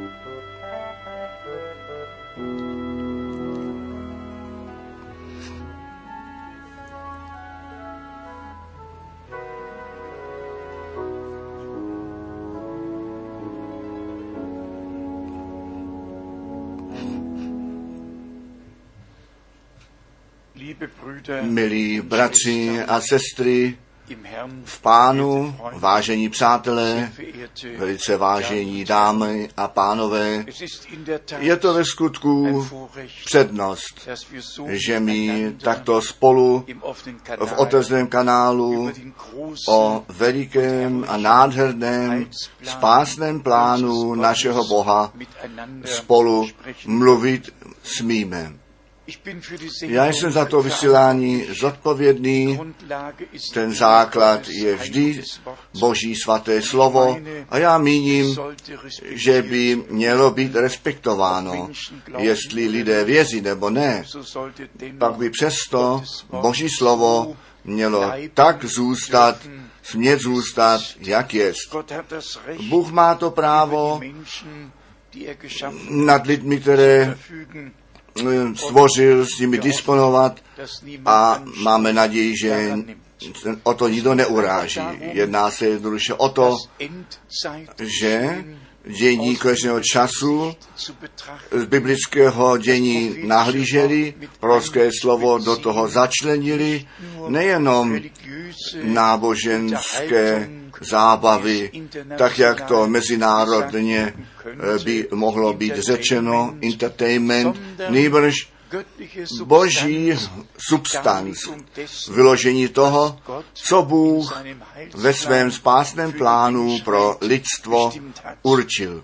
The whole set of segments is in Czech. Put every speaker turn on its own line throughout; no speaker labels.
Milí bratři a sestry v Pánu, vážení přátelé, velice vážení dámy a pánové, je to ve skutku přednost, že my takto spolu v otevřeném kanálu o velikém a nádherném spásném plánu našeho Boha spolu mluvit smíme. Já jsem za to vysílání zodpovědný, ten základ je vždy Boží svaté slovo a já míním, že by mělo být respektováno, jestli lidé věří nebo ne, pak by přesto Boží slovo mělo tak zůstat, smět zůstat, jak jest. Bůh má to právo nad lidmi, které stvořil, s nimi disponovat a máme naději, že o to nikdo neuráží. Jedná se jednoduše o to, že dění konečného času z biblického dění nahlíželi, prorocké slovo do toho začlenili, nejenom náboženské zábavy, tak jak to mezinárodně by mohlo být řečeno, entertainment, nýbrž Boží substanc, vyložení toho, co Bůh ve svém spásném plánu pro lidstvo určil.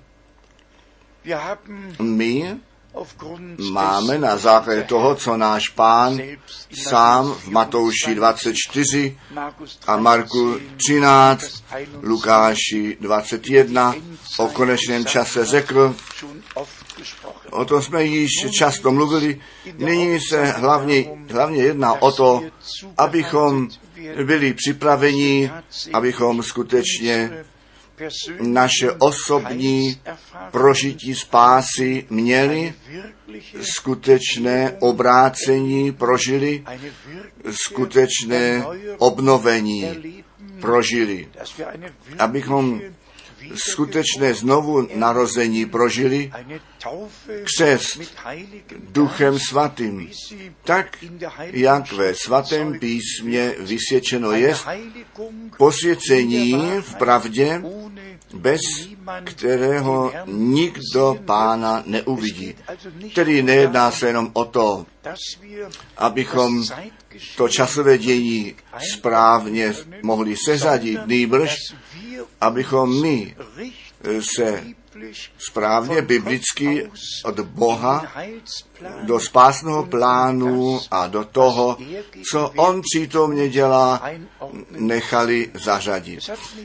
My máme na základě toho, co náš Pán sám v Matouši 24 a Marku 13, Lukáši 21 o konečném čase řekl. O tom jsme již často mluvili. Nyní se hlavně jedná o to, abychom byli připraveni, abychom skutečně naše osobní prožití spásy měli, skutečné obrácení prožili, skutečné obnovení prožili, abychom skutečné znovu narození prožili, křest Duchem Svatým, tak jak ve svatém písmě vysvědčeno je, posvěcení v pravdě, bez kterého nikdo Pána neuvidí. Tedy nejedná se jenom o to, abychom to časové dění správně mohli seřadit, nýbrž abychom my se správně biblicky od Boha do spásného plánu a do toho, co On přítomně dělá, nechali zařadit.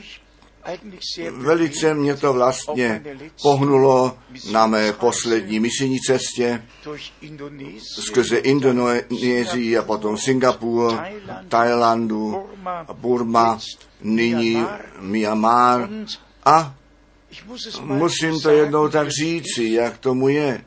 Velice mě to vlastně pohnulo na mé poslední misijní cestě skrze Indonésii a potom Singapur, Thailandu, Burma, nyní Myanmar a musím to jednou tak říci, jak tomu je.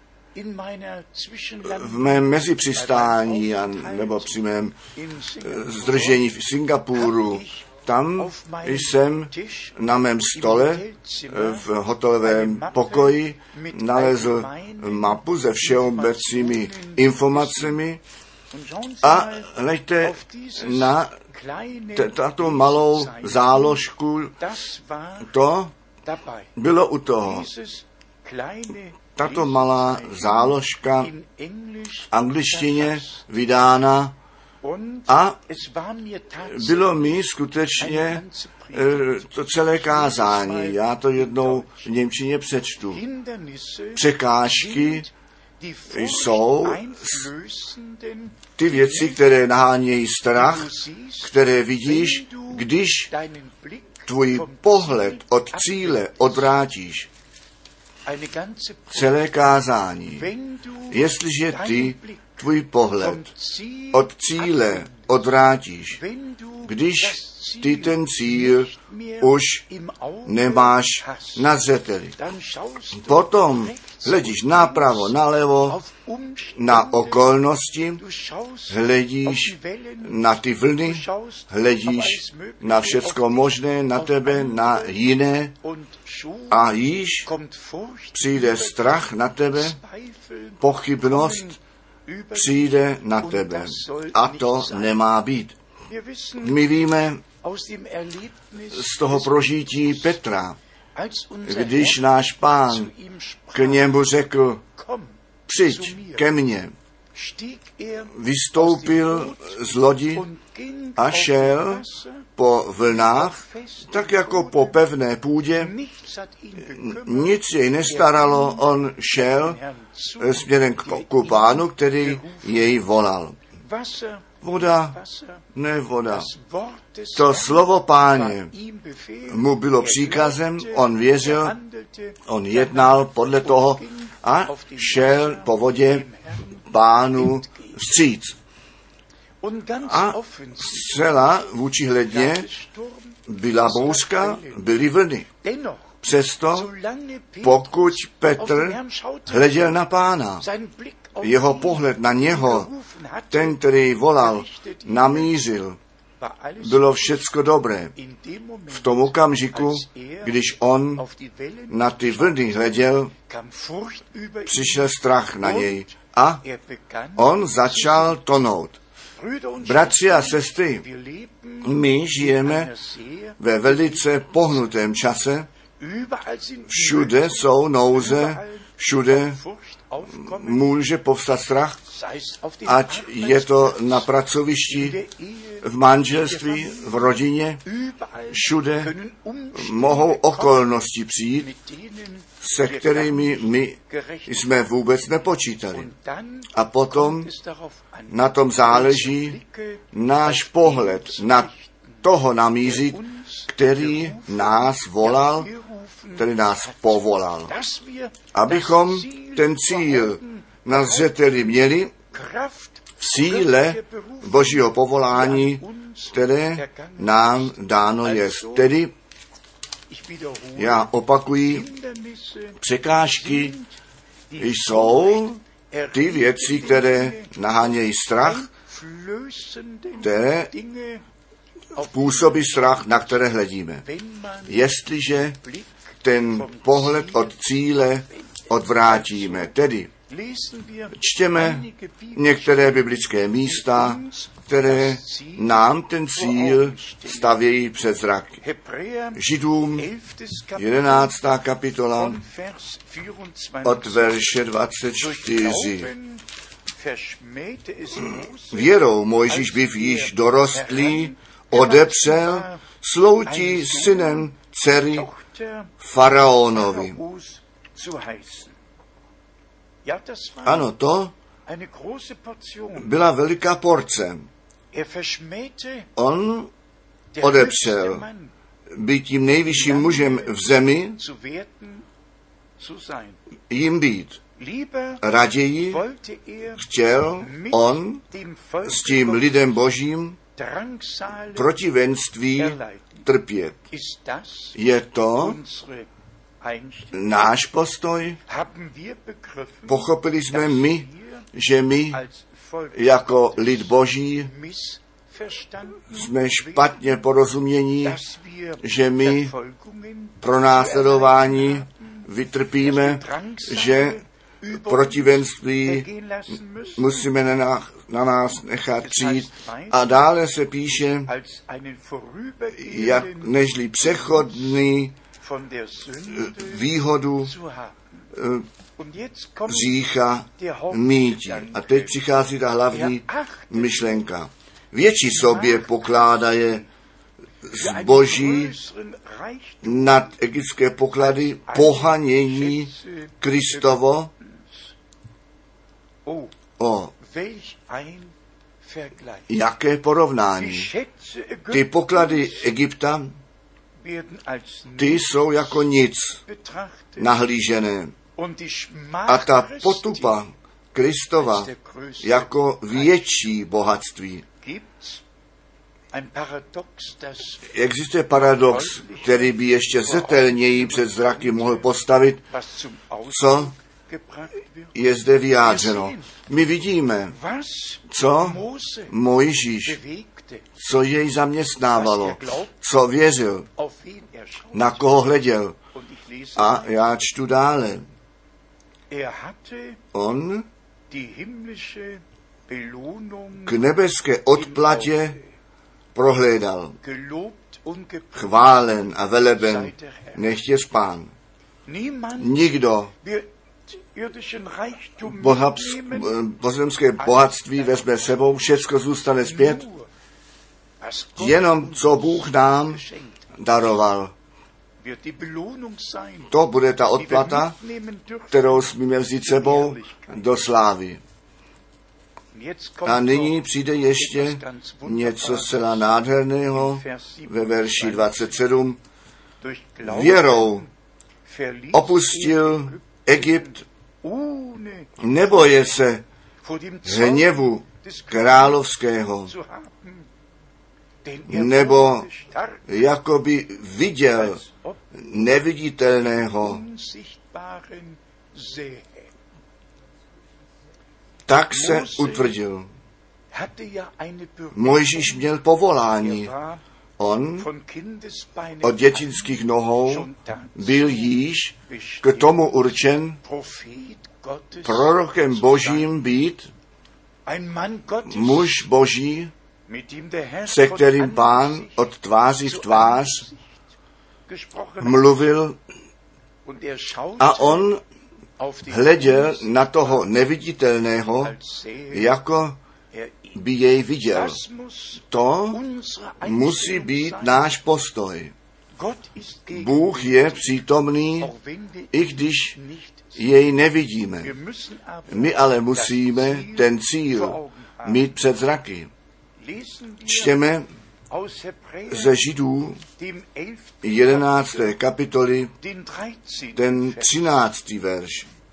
V mém mezipřistání nebo při mém zdržení v Singapuru, tam jsem na mém stole v hotelovém pokoji nalezl mapu se všeobecnými informacemi a hleďte na tato malou záložku, to bylo u toho. Tato malá záložka v angličtině vydána a bylo mi skutečně to celé kázání. Já to jednou v němčině přečtu. Překážky jsou ty věci, které nahánějí strach, které vidíš, když tvůj pohled od cíle odvrátíš. Celé kázání. Jestliže ty tvůj pohled od cíle odvrátíš. Když ty ten cíl už nemáš na zřeteli. Potom hledíš napravo, nalevo, na okolnosti, hledíš na ty vlny, hledíš na všecko možné, na tebe, na jiné a již přijde strach na tebe, pochybnost přijde na tebe. A to nemá být. My víme z toho prožití Petra, když náš Pán k němu řekl, přijď ke mně, vystoupil z lodi a šel po vlnách, tak jako po pevné půdě, nic jej nestaralo, on šel směrem k Pánu, který jej volal. Voda, ne voda. To slovo Páně mu bylo příkazem, on věřil, on jednal podle toho a šel po vodě Pánu vstříc. A zcela vůči hledně byla bouřka, byly vlny. Přesto, pokud Petr hleděl na Pána, jeho pohled na něho, ten, který volal, namířil, bylo všecko dobré. V tom okamžiku, když on na ty vlny hleděl, přišel strach na něj a on začal tonout. Bratři a sestry, my žijeme ve velice pohnutém čase, všude jsou nouze, všude může povstat strach, ať je to na pracovišti, v manželství, v rodině, všude mohou okolnosti přijít, se kterými my jsme vůbec nepočítali. A potom na tom záleží náš pohled, na toho namířit, který nás volal, který nás povolal. Abychom ten cíl na zřeteli měli v síle Božího povolání, které nám dáno je. Tedy, já opakuji, překážky jsou ty věci, které nahánějí strach, které působí strach, na které hledíme. Jestliže ten pohled od cíle odvrátíme, tedy čtěme některé biblické místa, které nám ten cíl stavějí před zrak. Židům 11. kapitola od verše 24. Věrou Mojžíš byv již dorostlý, odepřel sloutí synem dcery faraonovi. Ano, to byla veliká porce. On odepřel být tím nejvyšším mužem v zemi, jim být. Raději chtěl on s tím lidem božím protivenství trpět. Je to náš postoj? Pochopili jsme my, že my jako lid boží jsme špatně porozumění, že my pronásledování vytrpíme, že protivenství musíme na nás nechat přijít. A dále se píše, jak nežli přechodný výhodu řícha mítí. A teď přichází ta hlavní myšlenka. Větší sobě pokládaje zboží nad egyptské poklady pohanění Kristovo. Jaké porovnání. Ty poklady Egypta, ty jsou jako nic nahlížené. A ta potupa Kristova jako větší bohatství. Existuje paradox, který by ještě zřetelněji před zraky mohl postavit, co je zde vyjádřeno. My vidíme, co Mojžíš, co jej zaměstnávalo, co věřil, na koho hleděl. A já čtu dále. On k nebeské odplatě prohlédal. Chválen a veleben nechť je Pán. Nikdo pozemské bohatství vezme sebou, všecko zůstane zpět, jenom co Bůh nám daroval. To bude ta odplata, kterou smíme vzít sebou do slávy. A nyní přijde ještě něco zcela nádherného ve verši 27. Věrou opustil Egypt, neboje se hněvu královského, nebo jakoby viděl neviditelného, tak se utvrdil. Mojžíš měl povolání. On od dětinských nohou byl již k tomu určen prorokem Božím být, muž Boží, se kterým Pán od tváří v tvář mluvil, a on hleděl na toho neviditelného, jako by jej viděl. To musí být náš postoj. Bůh je přítomný, i když jej nevidíme. My ale musíme ten cíl mít před zraky. Čtěme ze Židů 11. kapitoly ten 13. verš.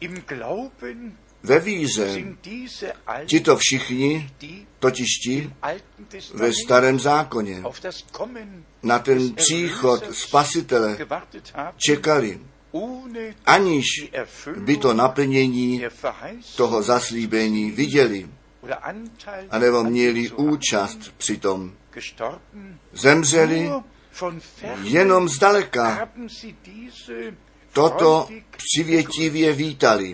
Ve víře tito všichni, totiž ti ve Starém zákoně, na ten příchod Spasitele čekali, aniž by to naplnění toho zaslíbení viděli, anebo měli účast při tom. Zemřeli jenom zdaleka. Toto přivětivě vítali.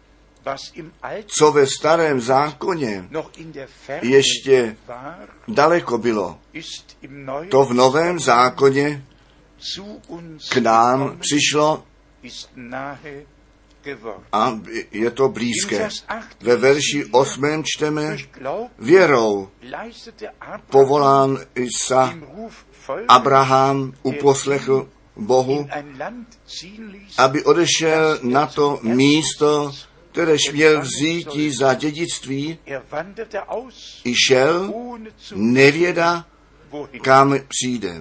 Co ve Starém zákoně ještě daleko bylo, to v Novém zákoně k nám přišlo a je to blízké. Ve verši 8. čteme: věrou povolán Isa Abraham uposlechl Bohu, aby odešel na to místo, kteréž měl vzít za dědictví, i šel, nevěda, kam přijde.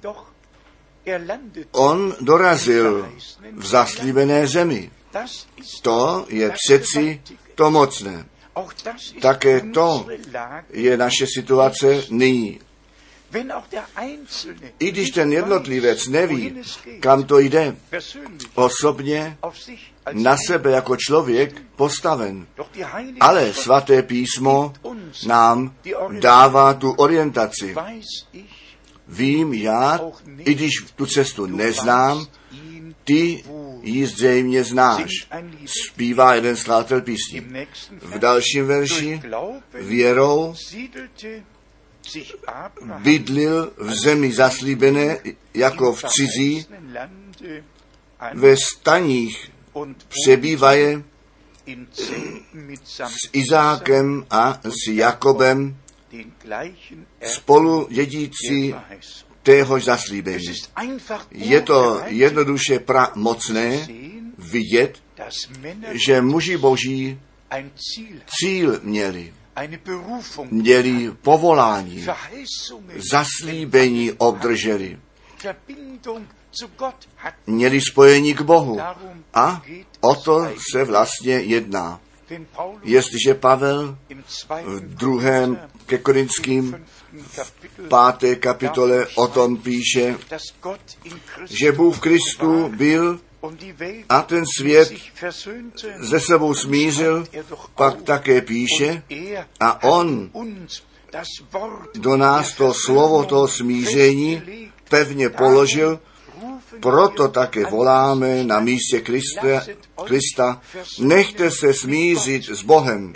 On dorazil v zaslíbené zemi. To je přeci to mocné. Také to je naše situace nyní. I když ten jednotlivec neví, kam to jde, osobně na sebe jako člověk postaven. Ale svaté písmo nám dává tu orientaci. Vím já, i když tu cestu neznám, ty ji zřejmě znáš. Zpívá jeden skladatel písní. V dalším verši: věrou bydlil v zemi zaslíbené jako v cizí, ve staních přebývaje s Izákem a s Jakobem, spolu dědící téhož zaslíbení. Je to jednoduše mocné vidět, že muži Boží cíl měli povolání, zaslíbení obdrželi, měli spojení k Bohu. A o to se vlastně jedná. Jestliže Pavel v 2. ke Korinským v 5. kapitole o tom píše, že Bůh v Kristu byl a ten svět se sebou smířil, pak také píše, a on do nás to slovo toho smíření pevně položil, proto také voláme na místě Krista, nechte se smířit s Bohem.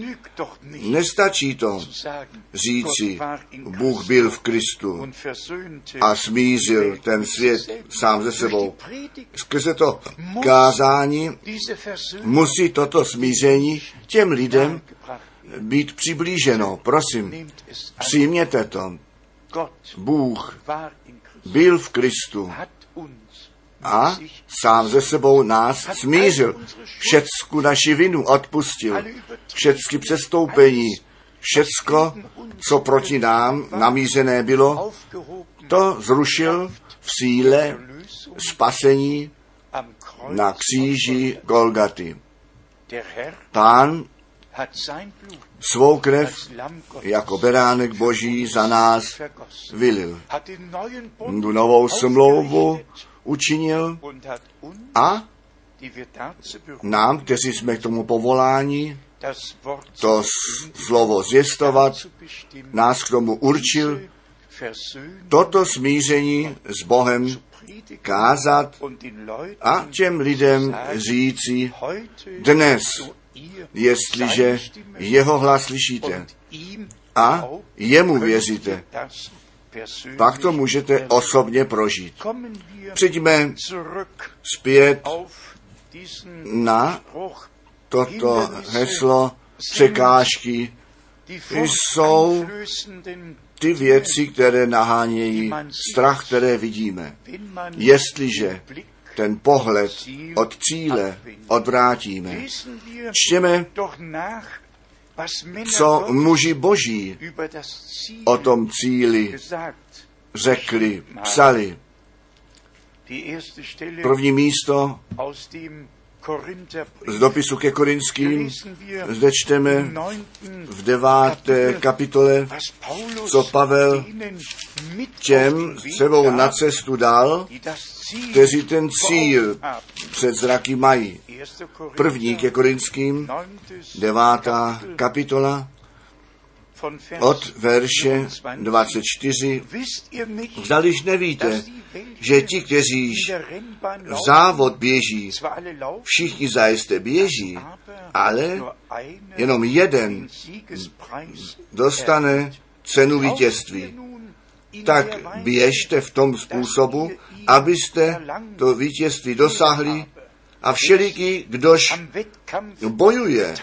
Nestačí to říci, Bůh byl v Kristu a smířil ten svět sám ze sebou. Skrze to kázání musí toto smíření těm lidem být přiblíženo. Prosím, přijměte to. Bůh byl v Kristu a sám ze sebou nás smířil. Všecku naši vinu odpustil. Všecky přestoupení, všecko, co proti nám namířené bylo, to zrušil v síle spasení na kříži Golgaty. Pán svou krev jako beránek Boží za nás vylil. Tu novou smlouvu učinil a nám, kteří jsme k tomu povoláni, to slovo zvěstovat, nás k tomu určil, toto smíření s Bohem kázat a těm lidem říci, dnes, jestliže jeho hlas slyšíte a jemu věříte, pak to můžete osobně prožít. Přijďme zpět na toto heslo překážky. Jsou ty věci, které nahánějí strach, které vidíme. Jestliže ten pohled od cíle odvrátíme, čtěme, co muži boží o tom cíli řekli, psali. První místo z dopisu ke Korinským, zde čteme v 9. kapitole, co Pavel těm sebou na cestu dal, kteří ten cíl před zraky mají. První ke Korinským, 9. kapitola, od verše 24. Zdaliž nevíte, že ti, kteří v závod běží, všichni zajisté běží, ale jenom jeden dostane cenu vítězství. Tak běžte v tom způsobu, abyste to vítězství dosáhli a všeliký, kdož bojuje,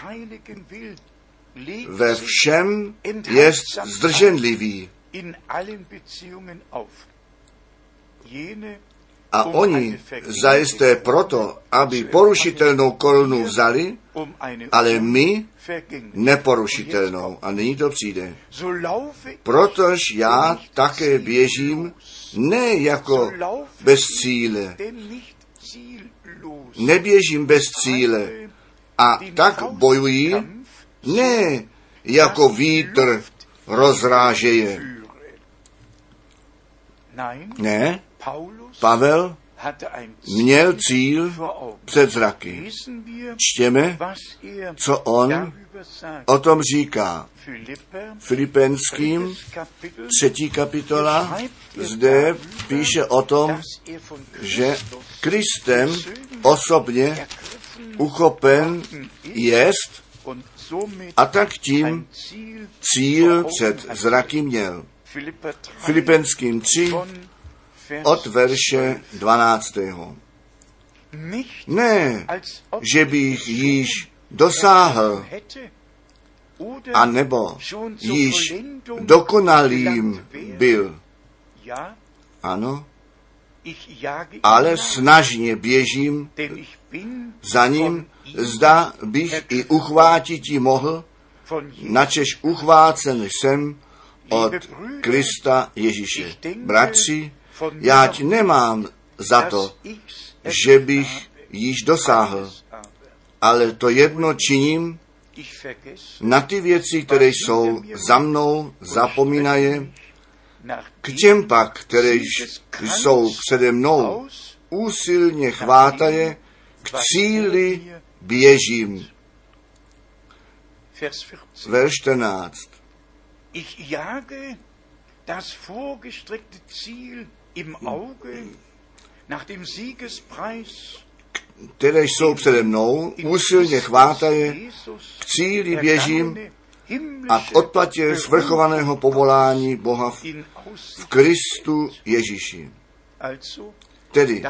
ve všem jest zdrženlivý. A oni zajisté proto, aby porušitelnou korunu vzali, ale my neporušitelnou. A nyní to přijde. Protož já také běžím ne jako bez cíle. Neběžím bez cíle. A tak bojuji ne jako vítr rozrážeje. Ne, Pavel měl cíl před zraky. Čtěme, co on o tom říká. Filipenským 3. kapitola, zde píše o tom, že Kristem osobně uchopen jest a tak tím cíl před zraky měl. Filipenským 3 od verše 12. Ne, že bych již dosáhl, anebo již dokonalým byl. Ano, ale snažně běžím za ním, zda bych i uchvátit mohl, načež uchvácen jsem od Krista Ježíše. Bratři, já nemám za to, že bych již dosáhl, ale to jedno činím, Na ty věci, které jsou za mnou, zapomínaje, k těm pak, které jsou přede mnou, úsilně chvátaje, k cíli běžím. Verš 14.
Ich jage das vorgestreckte Ziel im Auge nach dem Siegespreis,
které jsou přede mnou, úsilně chvátaje, k cíli běžím a k odplatě svrchovaného povolání Boha v Kristu Ježíši. Tedy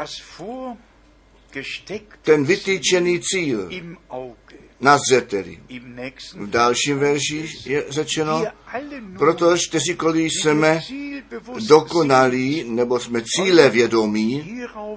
ten vytýčený cíl na zřeteli. V dalším verši je řečeno, protože kteříkoliv jsme dokonalí, nebo jsme cíle vědomí,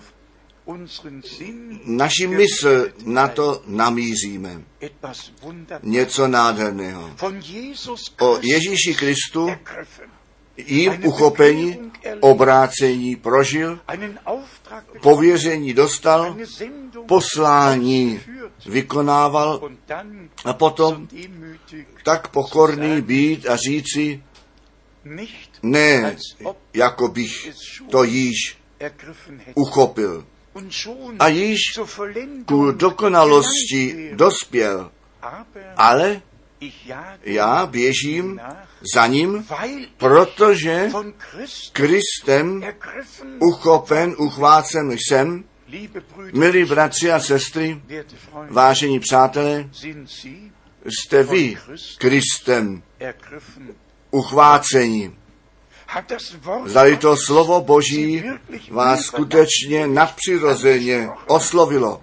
naši mysl na to namíříme. Něco nádherného. O Ježíši Kristu, jím uchopení, obrácení prožil, pověření dostal, poslání vykonával a potom tak pokorný být a říci, ne, jako bych to již uchopil. A již ku dokonalosti dospěl, ale já běžím za ním, protože Kristem uchopen, uchvácen jsem. Milí bratři a sestry, vážení přátelé, jste vy Kristem uchváceni. Zdali to slovo Boží vás skutečně nadpřirozeně oslovilo.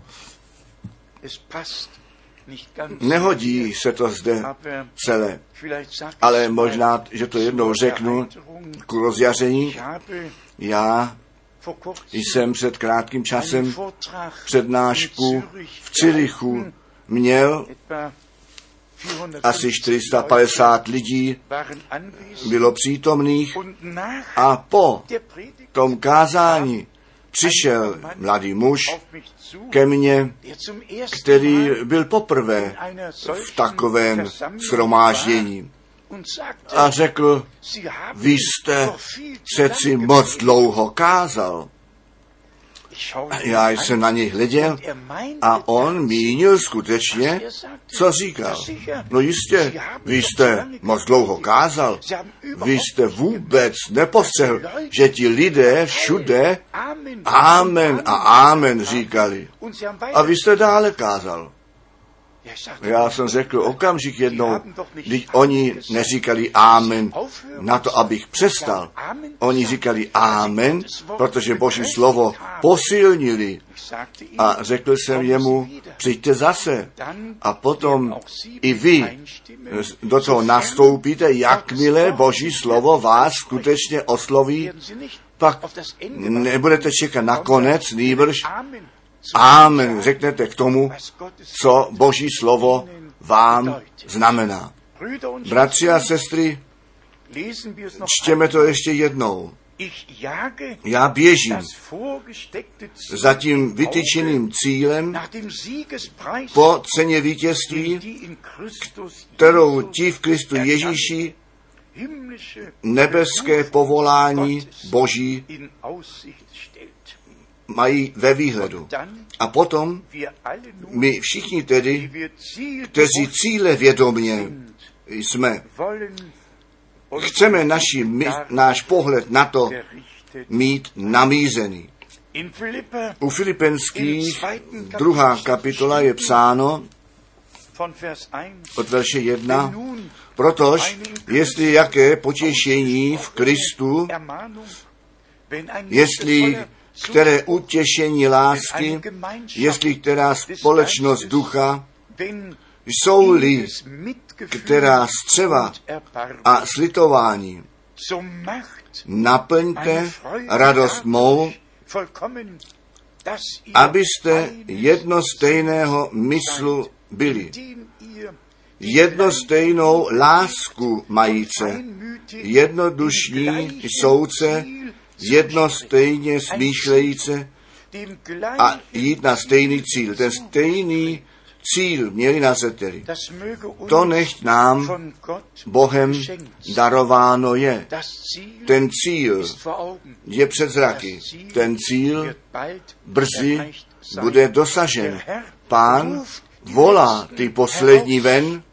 Nehodí se to zde celé, ale možná, že to jednou řeknu k rozjaření. Já jsem před krátkým časem přednášku v Cyrichu měl, asi 450 lidí bylo přítomných a po tom kázání přišel mladý muž ke mně, který byl poprvé v takovém shromáždění a řekl, vy jste přeci moc dlouho kázal. Já jsem na něj hleděl a on mínil skutečně, co říkal. No jistě, vy jste moc dlouho kázal, vy jste vůbec nepostřehl, že ti lidé všude amen a amen říkali. A vy jste dále kázal. Já jsem řekl okamžik jednou, když oni neříkali amen na to, abych přestal. Oni říkali amen, protože Boží slovo posilnili. A řekl jsem jemu, přijďte zase. A potom i vy do toho nastoupíte, jakmile Boží slovo vás skutečně osloví, pak nebudete čekat na konec, nýbrž amen, řeknete k tomu, co Boží slovo vám znamená. Bratři a sestry, čtěme to ještě jednou. Já běžím za tím vytyčeným cílem po ceně vítězství, kterou ti v Kristu Ježíši nebeské povolání Boží mají ve výhledu. A potom my všichni tedy, kteří cíle vědomě jsme, chceme náš pohled na to mít namířený. U Filipenských 2. kapitola je psáno od verše 1, protož jestli jaké potěšení v Kristu, jestli které utěšení lásky, jestli která společnost ducha, jsou-li která střeva a slitování. Naplňte radost mou, abyste jednostejného myslu byli. Jednostejnou lásku majíce, jednodušní souce, jednostejně smýšlejíce a jít na stejný cíl. Ten stejný cíl měli na zřeteli. To nechť nám Bohem darováno je. Ten cíl je před zraky. Ten cíl brzy bude dosažen. Pán volá ty poslední ven,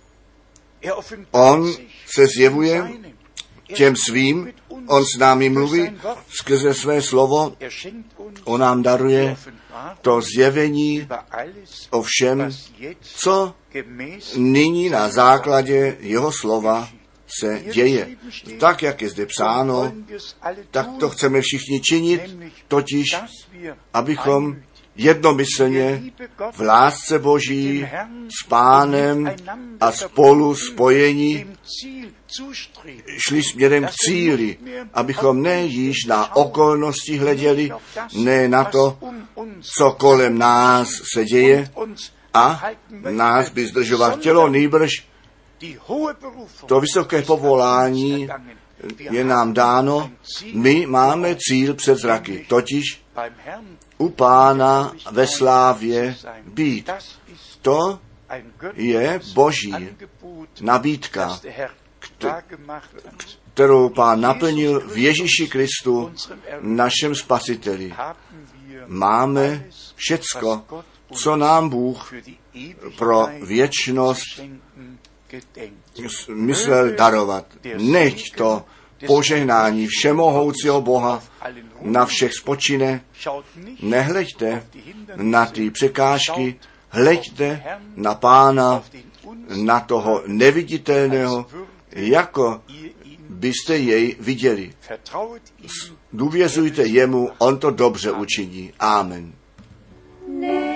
on se zjevuje těm svým, on s námi mluví skrze své slovo, on nám daruje to zjevení o všem, co nyní na základě jeho slova se děje. Tak, jak je zde psáno, tak to chceme všichni činit, totiž, abychom jednomyslně v lásce Boží s Pánem a spolu spojení šli směrem k cíli, abychom ne již na okolnosti hleděli, ne na to, co kolem nás se děje a nás by zdržovat tělo, nýbrž to vysoké povolání je nám dáno, my máme cíl před zraky, totiž u Pána ve slávě být. To je Boží nabídka, kterou Pán naplnil v Ježíši Kristu, našem Spasiteli. Máme všecko, co nám Bůh pro věčnost myslel darovat. Nechť to požehnání všemohoucího Boha na všech spočine. Nehleďte na ty překážky, hleďte na Pána, na toho neviditelného, jako byste jej viděli. Důvěřujte jemu, on to dobře učiní. Amen.